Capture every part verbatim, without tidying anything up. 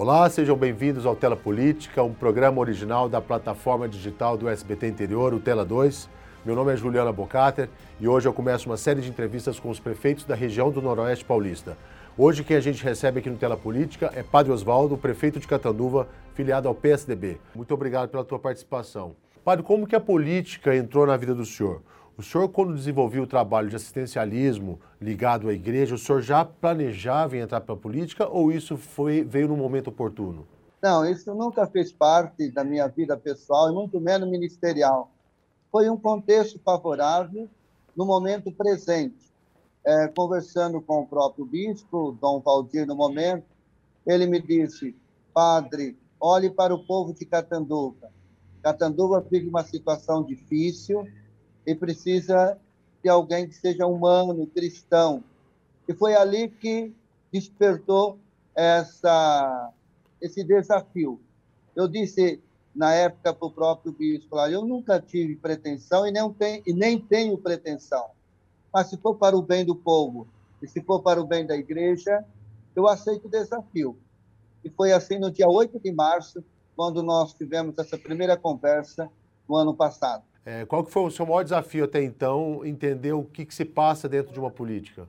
Olá, sejam bem-vindos ao Tela Política, um programa original da plataforma digital do S B T Interior, o Tela dois. Meu nome é Juliana Bocater e hoje eu começo uma série de entrevistas com os prefeitos da região do Noroeste Paulista. Hoje quem a gente recebe aqui no Tela Política é Padre Osvaldo, prefeito de Catanduva, filiado ao P S D B. Muito obrigado pela tua participação. Padre, como que a política entrou na vida do senhor? O senhor, quando desenvolveu o trabalho de assistencialismo ligado à igreja, o senhor já planejava em entrar para a política ou isso foi, veio no momento oportuno? Não, isso nunca fez parte da minha vida pessoal e muito menos ministerial. Foi um contexto favorável no momento presente. É, conversando com o próprio bispo, Dom Valdir, no momento, ele me disse: padre, olhe para o povo de Catanduva. Catanduva vive uma situação difícil e precisa de alguém que seja humano, cristão. E foi ali que despertou essa, esse desafio. Eu disse, na época, para o próprio bispo, eu nunca tive pretensão e, não tenho, e nem tenho pretensão. Mas se for para o bem do povo e se for para o bem da igreja, eu aceito o desafio. E foi assim no dia oito de março, quando nós tivemos essa primeira conversa no ano passado. É, qual que foi o seu maior desafio até então, entender o que, que se passa dentro de uma política?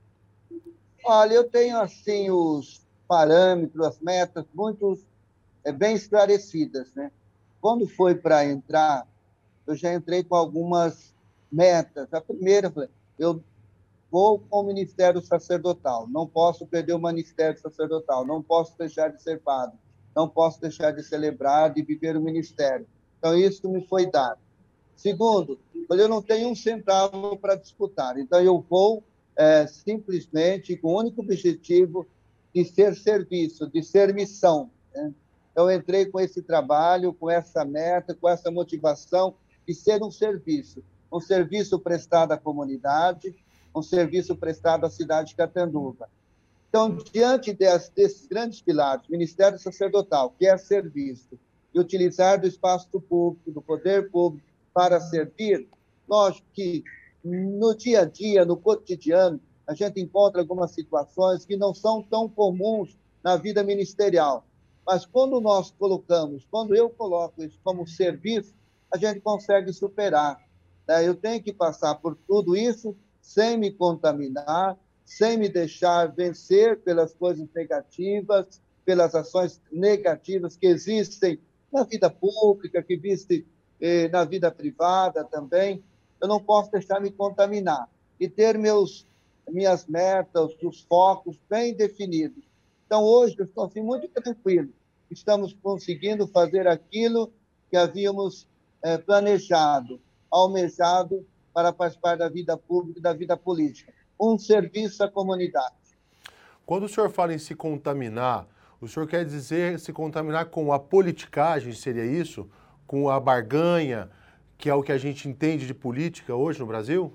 Olha, eu tenho assim os parâmetros, as metas muito é, bem esclarecidas, né? Quando foi para entrar, eu já entrei com algumas metas. A primeira, eu vou com o ministério sacerdotal, não posso perder o ministério sacerdotal, não posso deixar de ser padre, não posso deixar de celebrar, de viver o ministério. Então, isso me foi dado. Segundo, eu não tenho um centavo para disputar, então eu vou é, simplesmente com o único objetivo de ser serviço, de ser missão, né? Eu entrei com esse trabalho, com essa meta, com essa motivação de ser um serviço, um serviço prestado à comunidade, um serviço prestado à cidade de Catanduva. Então, diante desses, desses grandes pilares, Ministério Sacerdotal, que é serviço, e utilizar do espaço público, do poder público, para servir, lógico que no dia a dia, no cotidiano, a gente encontra algumas situações que não são tão comuns na vida ministerial. Mas quando nós colocamos, quando eu coloco isso como serviço, a gente consegue superar, né? Eu tenho que passar por tudo isso sem me contaminar, sem me deixar vencer pelas coisas negativas, pelas ações negativas que existem na vida pública, que existem na vida privada também. Eu não posso deixar me contaminar e ter meus, minhas metas, os focos bem definidos. Então, hoje, eu estou assim, muito tranquilo. Estamos conseguindo fazer aquilo que havíamos é, planejado, almejado para participar da vida pública e da vida política. Um serviço à comunidade. Quando o senhor fala em se contaminar, o senhor quer dizer se contaminar com a politicagem, seria isso? Com a barganha, que é o que a gente entende de política hoje no Brasil?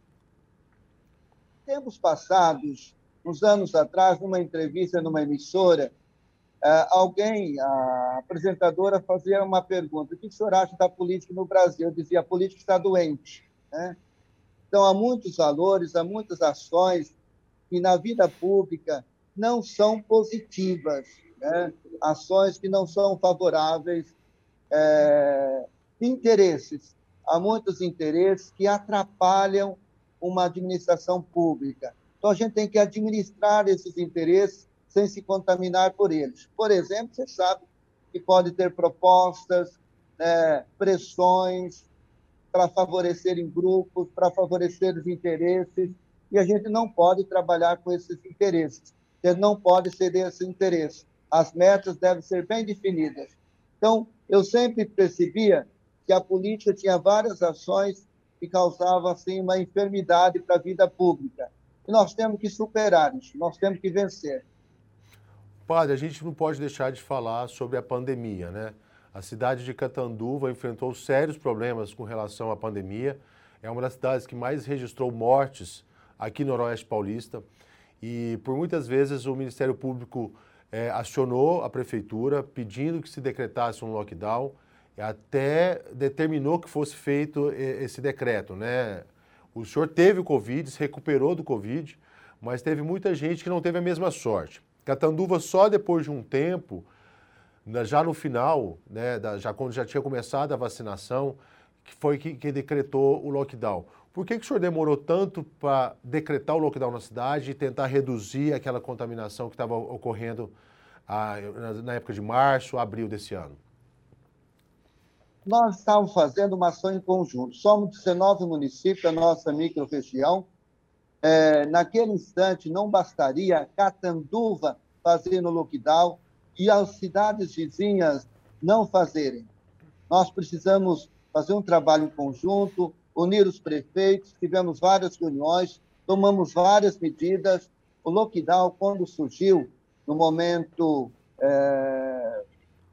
Tempos passados, uns anos atrás, numa entrevista numa emissora, alguém, a apresentadora, fazia uma pergunta: o que o senhor acha da política no Brasil? Eu dizia: a política está doente, né? Então, há muitos valores, há muitas ações que na vida pública não são positivas, né? Ações que não são favoráveis. É, interesses, há muitos interesses que atrapalham uma administração pública. Então, a gente tem que administrar esses interesses sem se contaminar por eles. Por exemplo, você sabe que pode ter propostas, é, pressões para favorecerem grupos, para favorecer os interesses, e a gente não pode trabalhar com esses interesses. A gente não pode ceder esse interesse. As metas devem ser bem definidas. Então, eu sempre percebia que a política tinha várias ações que causavam assim, uma enfermidade para a vida pública. E nós temos que superar isso, nós temos que vencer. Padre, a gente não pode deixar de falar sobre a pandemia, né? A cidade de Catanduva enfrentou sérios problemas com relação à pandemia. É uma das cidades que mais registrou mortes aqui no Noroeste Paulista. E por muitas vezes o Ministério Público É, acionou a prefeitura pedindo que se decretasse um lockdown, até determinou que fosse feito esse decreto, né? O senhor teve o Covid, se recuperou do Covid, mas teve muita gente que não teve a mesma sorte. Catanduva só depois de um tempo, já no final, né, já quando já tinha começado a vacinação, que foi que, que decretou o lockdown. Por que, que o senhor demorou tanto para decretar o lockdown na cidade e tentar reduzir aquela contaminação que estava ocorrendo ah, na época de março, abril desse ano? Nós estávamos fazendo uma ação em conjunto. Somos dezenove municípios da nossa microrregião. É, naquele instante, não bastaria Catanduva fazendo lockdown e as cidades vizinhas não fazerem. Nós precisamos fazer um trabalho em conjunto, unir os prefeitos, tivemos várias reuniões, tomamos várias medidas. O lockdown, quando surgiu, no momento, é,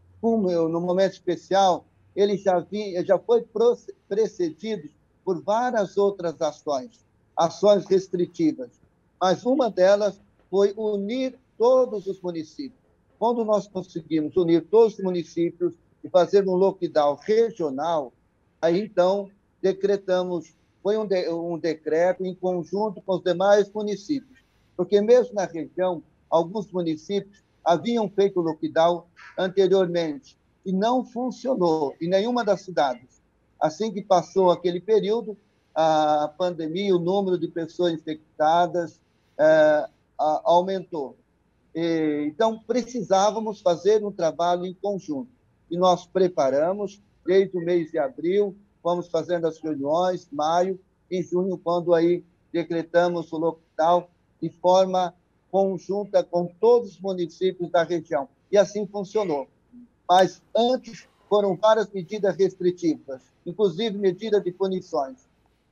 no momento especial, ele já, vinha, já foi precedido por várias outras ações, ações restritivas. Mas uma delas foi unir todos os municípios. Quando nós conseguimos unir todos os municípios e fazer um lockdown regional, aí então decretamos, foi um, de, um decreto em conjunto com os demais municípios, porque mesmo na região, alguns municípios haviam feito lockdown anteriormente e não funcionou em nenhuma das cidades. Assim que passou aquele período, a pandemia, o número de pessoas infectadas é, a, aumentou. E, então, precisávamos fazer um trabalho em conjunto. E nós preparamos, desde o mês de abril, fomos fazendo as reuniões, maio, em junho, quando aí decretamos o lockdown de forma conjunta com todos os municípios da região. E assim funcionou. Mas antes foram várias medidas restritivas, inclusive medidas de punições.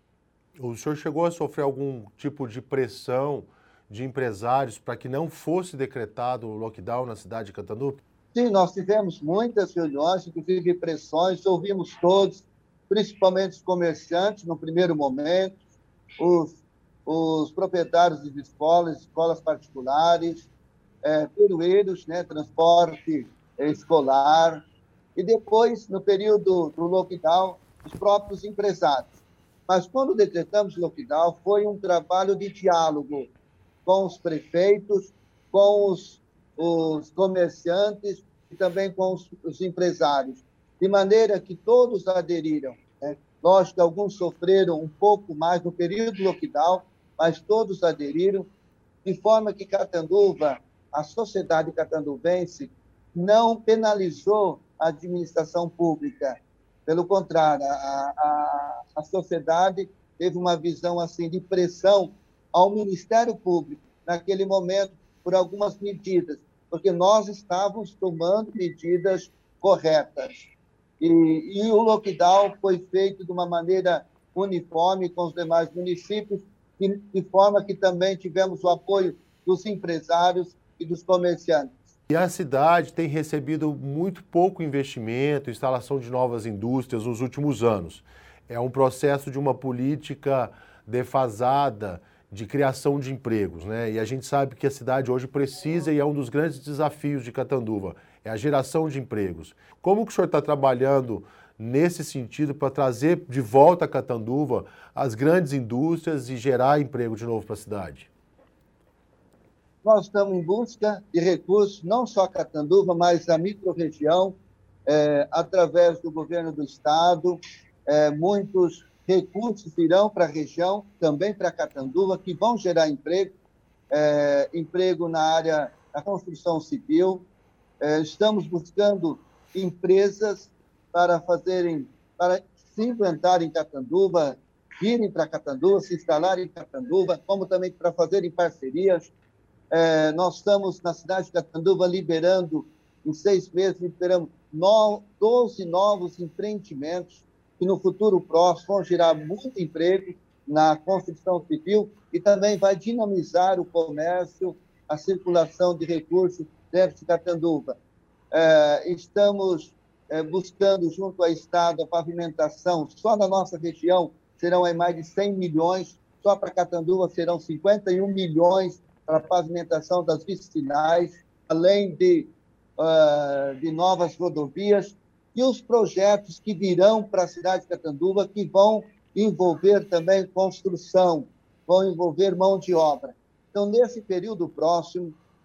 O senhor chegou a sofrer algum tipo de pressão de empresários para que não fosse decretado o lockdown na cidade de Catanduva? Sim, nós tivemos muitas reuniões, inclusive pressões, ouvimos todos, principalmente os comerciantes no primeiro momento, os, os proprietários de escolas, escolas particulares, é, perueiros, né, transporte escolar, e depois, no período do lockdown, os próprios empresários. Mas quando decretamos lockdown, foi um trabalho de diálogo com os prefeitos, com os, os comerciantes e também com os, os empresários, de maneira que todos aderiram. Né? Lógico que alguns sofreram um pouco mais no período do lockdown, mas todos aderiram, de forma que Catanduva, a sociedade catanduvense, não penalizou a administração pública. Pelo contrário, a, a, a sociedade teve uma visão assim de pressão ao Ministério Público, naquele momento, por algumas medidas, porque nós estávamos tomando medidas corretas. E, e o lockdown foi feito de uma maneira uniforme com os demais municípios, de, de forma que também tivemos o apoio dos empresários e dos comerciantes. E a cidade tem recebido muito pouco investimento, instalação de novas indústrias nos últimos anos. É um processo de uma política defasada de criação de empregos, né? E a gente sabe que a cidade hoje precisa, e é um dos grandes desafios de Catanduva, é a geração de empregos. Como que o senhor está trabalhando nesse sentido para trazer de volta a Catanduva as grandes indústrias e gerar emprego de novo para a cidade? Nós estamos em busca de recursos, não só a Catanduva, mas a microrregião, é, através do governo do Estado. É, muitos recursos irão para a região, também para Catanduva, que vão gerar emprego, é, emprego na área da construção civil. É, estamos buscando empresas para fazerem, para se implantarem em Catanduva, virem para Catanduva, se instalarem em Catanduva, como também para fazerem parcerias. É, nós estamos na cidade de Catanduva liberando, em seis meses, liberamos no, doze novos empreendimentos que no futuro próximo vão gerar muito emprego na construção civil e também vai dinamizar o comércio, a circulação de recursos dentro de Catanduva. É, estamos é, buscando, junto ao Estado, a pavimentação, só na nossa região serão aí mais de cem milhões, só para Catanduva serão cinquenta e um milhões para a pavimentação das vicinais, além de, uh, de novas rodovias, e os projetos que virão para a cidade de Catanduva, que vão envolver também construção, vão envolver mão de obra. Então, nesse período próximo,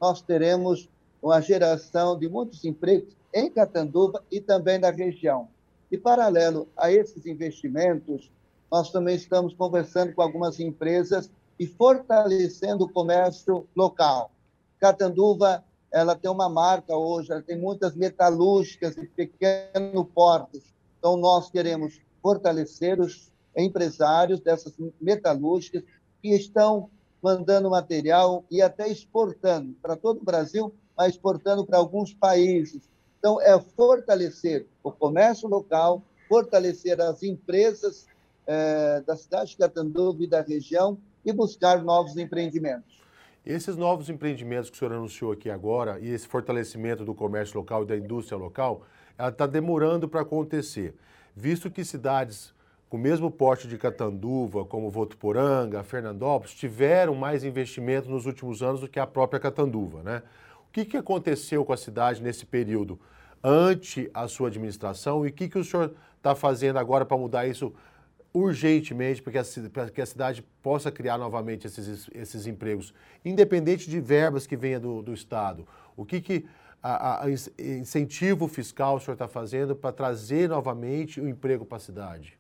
nós teremos uma geração de muitos empregos em Catanduva e também na região. E, paralelo a esses investimentos, nós também estamos conversando com algumas empresas e fortalecendo o comércio local. Catanduva, ela tem uma marca hoje, ela tem muitas metalúrgicas e pequenos portos. Então, nós queremos fortalecer os empresários dessas metalúrgicas que estão mandando material e até exportando para todo o Brasil, mas exportando para alguns países. Então, é fortalecer o comércio local, fortalecer as empresas eh, da cidade de Catanduva e da região e buscar novos empreendimentos. Esses novos empreendimentos que o senhor anunciou aqui agora e esse fortalecimento do comércio local e da indústria local, ela está demorando para acontecer, visto que cidades com o mesmo porte de Catanduva, como Votuporanga, Fernandópolis, tiveram mais investimento nos últimos anos do que a própria Catanduva, né? O que, que aconteceu com a cidade nesse período ante a sua administração e o que, que o senhor está fazendo agora para mudar isso urgentemente para que, para que a cidade possa criar novamente esses, esses empregos, independente de verbas que venham do, do Estado? O que, que a, a incentivo fiscal o senhor está fazendo para trazer novamente o emprego para a cidade?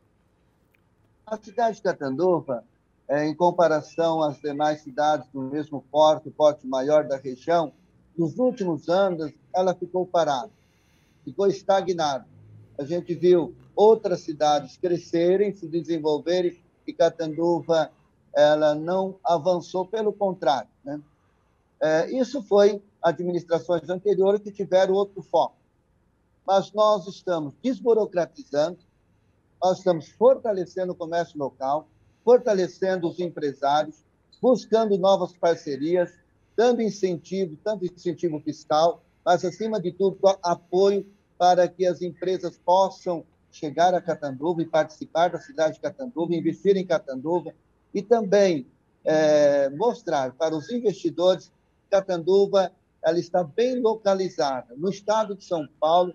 A cidade de Catanduva, é, em comparação às demais cidades do mesmo porte, porte maior da região, nos últimos anos ela ficou parada, ficou estagnada. A gente viu outras cidades crescerem, se desenvolverem, e Catanduva ela não avançou, pelo contrário, né? É, isso foi administrações anteriores que tiveram outro foco. Mas nós estamos desburocratizando, nós estamos fortalecendo o comércio local, fortalecendo os empresários, buscando novas parcerias, dando incentivo, tanto incentivo fiscal, mas, acima de tudo, apoio para que as empresas possam chegar a Catanduva e participar da cidade de Catanduva, investir em Catanduva e também é, mostrar para os investidores que Catanduva ela está bem localizada. No estado de São Paulo,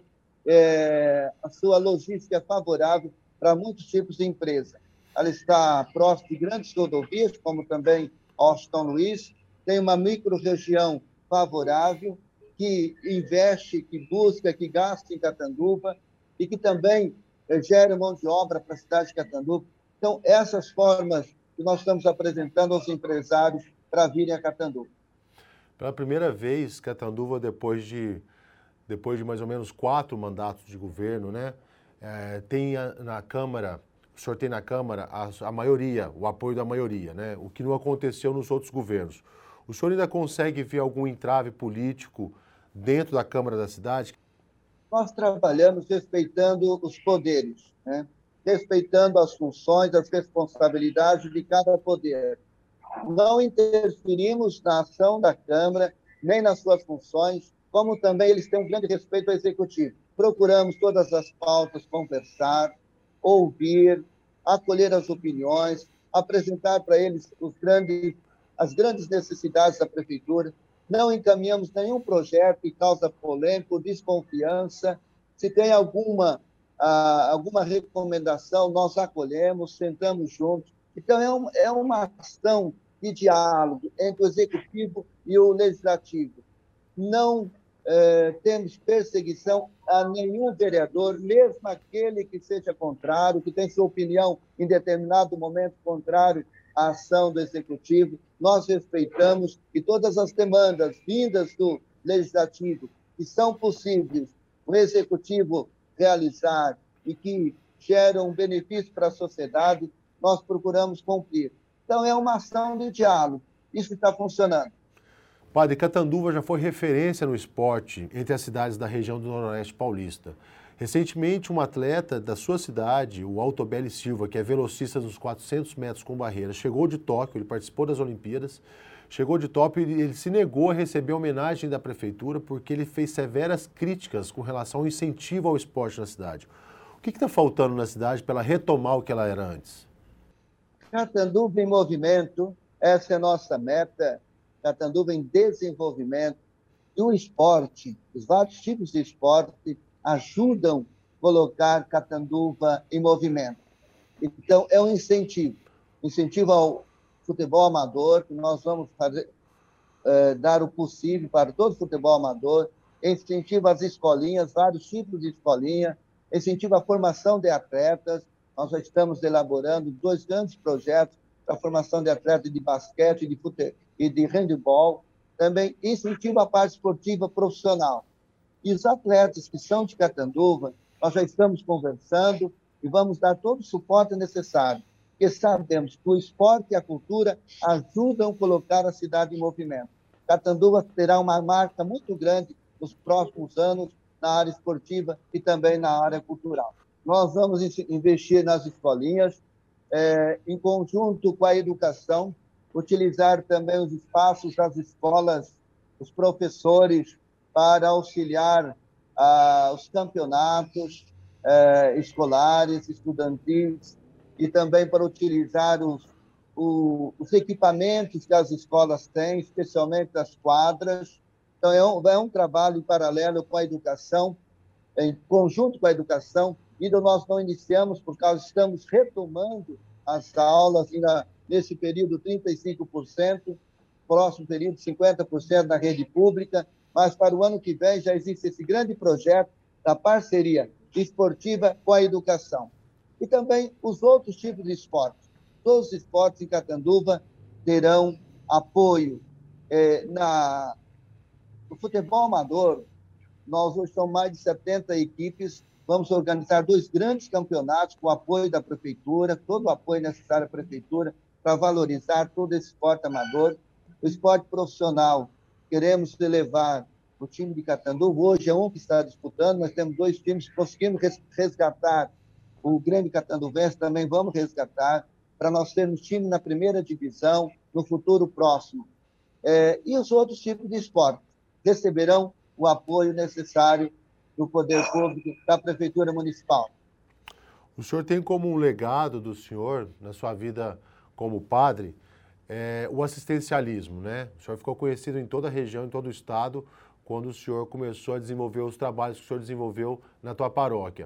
é, a sua logística é favorável para muitos tipos de empresa. Ela está próxima de grandes rodovias, como também Austin Luiz, tem uma micro-região favorável, que investe, que busca, que gasta em Catanduva e que também gera mão de obra para a cidade de Catanduva. Então, essas formas que nós estamos apresentando aos empresários para virem a Catanduva. Pela primeira vez, Catanduva, depois de, depois de mais ou menos quatro mandatos de governo, né, é, tem a, na Câmara, o senhor tem na Câmara a, a maioria, o apoio da maioria, né, o que não aconteceu nos outros governos. O senhor ainda consegue ver algum entrave político dentro da Câmara da cidade? Nós trabalhamos respeitando os poderes, né? Respeitando as funções, as responsabilidades de cada poder. Não interferimos na ação da Câmara, nem nas suas funções, como também eles têm um grande respeito ao Executivo. Procuramos todas as pautas, conversar, ouvir, acolher as opiniões, apresentar para eles os grandes, as grandes necessidades da Prefeitura. Não encaminhamos nenhum projeto que causa polêmica ou desconfiança. Se tem alguma, ah, alguma recomendação, nós acolhemos, sentamos juntos. Então, é, um, é uma ação de diálogo entre o Executivo e o Legislativo. Não eh, temos perseguição a nenhum vereador, mesmo aquele que seja contrário, que tem sua opinião em determinado momento contrário à ação do Executivo. Nós respeitamos e todas as demandas vindas do Legislativo que são possíveis o Executivo realizar e que geram um benefício para a sociedade, nós procuramos cumprir. Então, é uma ação de diálogo. Isso está funcionando. Padre, Catanduva já foi referência no esporte entre as cidades da região do Noroeste Paulista. Recentemente, um atleta da sua cidade, o Altobelli Silva, que é velocista nos quatrocentos metros com barreira, chegou de Tóquio, ele participou das Olimpíadas, chegou de Tóquio e ele se negou a receber a homenagem da prefeitura porque ele fez severas críticas com relação ao incentivo ao esporte na cidade. O que está faltando na cidade para ela retomar o que ela era antes? Catanduva em movimento, essa é a nossa meta. Catanduva em desenvolvimento. E o esporte, os vários tipos de esporte ajudam a colocar Catanduva em movimento. Então, é um incentivo. Incentivo ao futebol amador, que nós vamos fazer, eh, dar o possível para todo o futebol amador, incentiva as escolinhas, vários tipos de escolinha, incentiva a formação de atletas. Nós já estamos elaborando dois grandes projetos para a formação de atletas de basquete de fute... e de handebol. Também incentiva a parte esportiva profissional. E os atletas que são de Catanduva, nós já estamos conversando e vamos dar todo o suporte necessário, porque sabemos que o esporte e a cultura ajudam a colocar a cidade em movimento. Catanduva terá uma marca muito grande nos próximos anos na área esportiva e também na área cultural. Nós vamos investir nas escolinhas, é, em conjunto com a educação, utilizar também os espaços das escolas, os professores, para auxiliar ah, os campeonatos eh, escolares, estudantis, e também para utilizar os, o, os equipamentos que as escolas têm, especialmente as quadras. Então, é um, é um trabalho em paralelo com a educação, em conjunto com a educação. Ainda nós não iniciamos, por causa estamos retomando as aulas, ainda nesse período trinta e cinco por cento, próximo período cinquenta por cento na rede pública, mas para o ano que vem já existe esse grande projeto da parceria esportiva com a educação. E também os outros tipos de esportes. Todos os esportes em Catanduva terão apoio. É, na... No futebol amador, nós hoje somos mais de setenta equipes, vamos organizar dois grandes campeonatos com o apoio da prefeitura, todo o apoio necessário à prefeitura para valorizar todo esse esporte amador. O esporte profissional, queremos elevar o time de Catanduva, hoje é um que está disputando, nós temos dois times, conseguimos resgatar o Grêmio Catanduvense, também vamos resgatar, para nós termos time na primeira divisão, no futuro próximo. É, e os outros tipos de esporte receberão o apoio necessário do poder público, da Prefeitura Municipal. O senhor tem como um legado do senhor, na sua vida como padre, é, o assistencialismo, né? O senhor ficou conhecido em toda a região, em todo o estado, quando o senhor começou a desenvolver os trabalhos que o senhor desenvolveu na tua paróquia.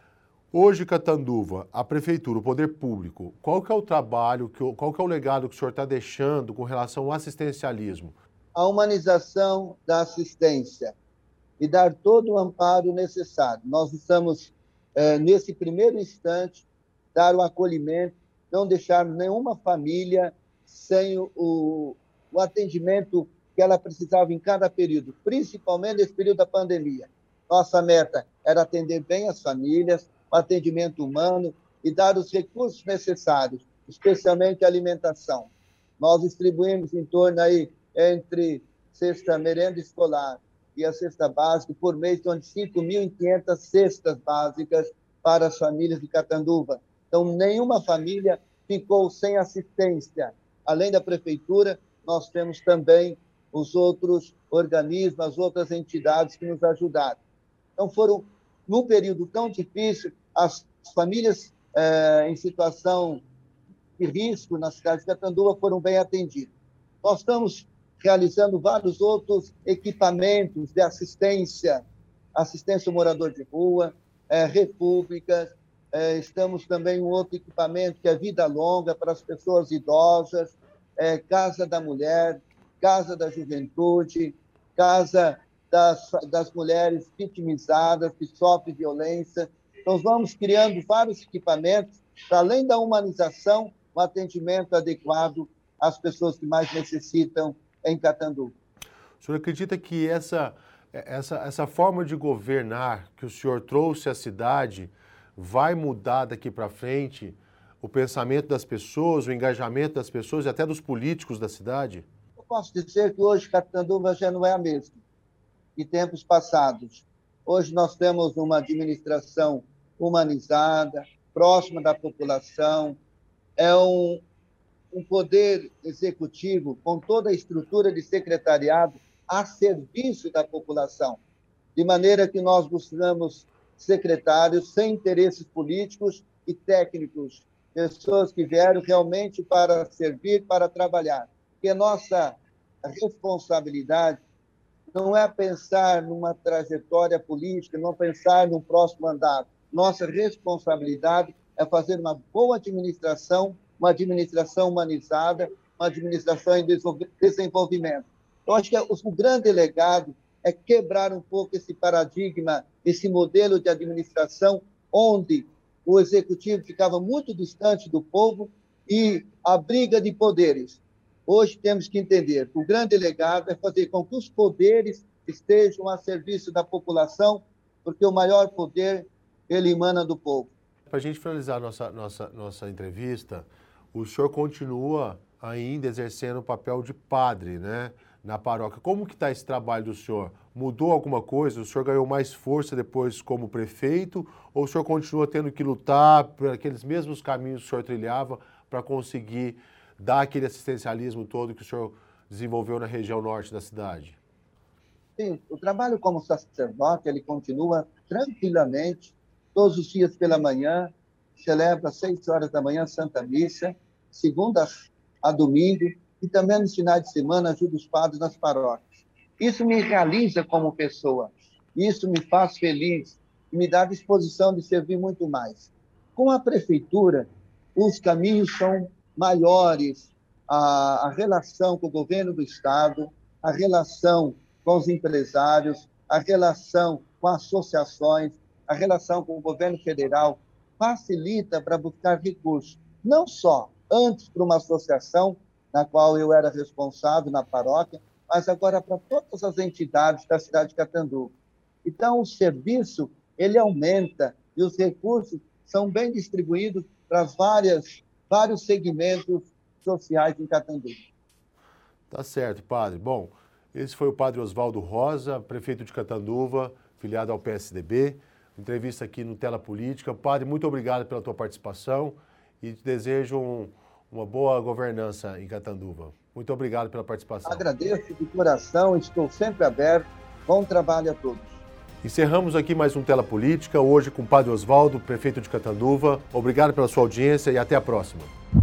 Hoje, Catanduva, a Prefeitura, o Poder Público, qual que é o trabalho, qual que é o legado que o senhor está deixando com relação ao assistencialismo? A humanização da assistência e dar todo o amparo necessário. Nós estamos, é, nesse primeiro instante, dar o acolhimento, não deixar nenhuma família sem o, o atendimento que ela precisava em cada período, principalmente nesse período da pandemia. Nossa meta era atender bem as famílias, o atendimento humano e dar os recursos necessários, especialmente a alimentação. Nós distribuímos em torno aí, entre cesta merenda escolar e a cesta básica, por mês, em torno de cinco mil e quinhentas cestas básicas para as famílias de Catanduva. Então, nenhuma família ficou sem assistência. Além da prefeitura, nós temos também os outros organismos, as outras entidades que nos ajudaram. Então, foram, num período tão difícil, as famílias eh, em situação de risco na cidade de Catanduva foram bem atendidas. Nós estamos realizando vários outros equipamentos de assistência, assistência ao morador de rua, eh, repúblicas, eh, estamos também em um outro equipamento que é Vida Longa para as pessoas idosas, eh, Casa da Mulher, Casa da Juventude, Casa das, das Mulheres vitimizadas, que sofrem violência. Então, vamos criando vários equipamentos, para além da humanização, um atendimento adequado às pessoas que mais necessitam em Catanduva. O senhor acredita que essa, essa, essa forma de governar que o senhor trouxe à cidade vai mudar daqui para frente o pensamento das pessoas, o engajamento das pessoas e até dos políticos da cidade? Eu posso dizer que hoje Catanduva já não é a mesma de tempos passados. Hoje nós temos uma administração humanizada, próxima da população, é um, um poder executivo com toda a estrutura de secretariado a serviço da população, de maneira que nós buscamos secretários sem interesses políticos e técnicos, pessoas que vieram realmente para servir, para trabalhar. Porque nossa responsabilidade não é pensar numa trajetória política, não pensar num próximo mandato. Nossa responsabilidade é fazer uma boa administração, uma administração humanizada, uma administração em desenvolvimento. Eu acho que o grande legado é quebrar um pouco esse paradigma, esse modelo de administração, onde o executivo ficava muito distante do povo e a briga de poderes. Hoje temos que entender que o grande legado é fazer com que os poderes estejam a serviço da população, porque o maior poder, ele emana do povo. Para a gente finalizar nossa, nossa, nossa entrevista, o senhor continua ainda exercendo o papel de padre, né, na paróquia. Como que está esse trabalho do senhor? Mudou alguma coisa? O senhor ganhou mais força depois como prefeito? Ou o senhor continua tendo que lutar por aqueles mesmos caminhos que o senhor trilhava para conseguir dar aquele assistencialismo todo que o senhor desenvolveu na região norte da cidade? Sim, o trabalho como sacerdote, ele continua tranquilamente, todos os dias pela manhã, celebra às seis horas da manhã Santa Missa, segunda a domingo, e também nos finais de semana ajuda os padres nas paróquias. Isso me realiza como pessoa, isso me faz feliz e me dá disposição de servir muito mais. Com a prefeitura, os caminhos são maiores, a, a relação com o governo do Estado, a relação com os empresários, a relação com associações, a relação com o governo federal, facilita para buscar recursos, não só antes para uma associação, na qual eu era responsável na paróquia, mas agora para todas as entidades da cidade de Catanduva. Então, o serviço, ele aumenta e os recursos são bem distribuídos para várias, vários segmentos sociais em Catanduva. Tá certo, padre. Bom, esse foi o padre Oswaldo Rosa, prefeito de Catanduva, filiado ao P S D B. Entrevista aqui no Tela Política. Padre, muito obrigado pela tua participação e te desejo um, uma boa governança em Catanduva. Muito obrigado pela participação. Agradeço de coração, estou sempre aberto. Bom trabalho a todos. Encerramos aqui mais um Tela Política, hoje com o padre Oswaldo, prefeito de Catanduva. Obrigado pela sua audiência e até a próxima.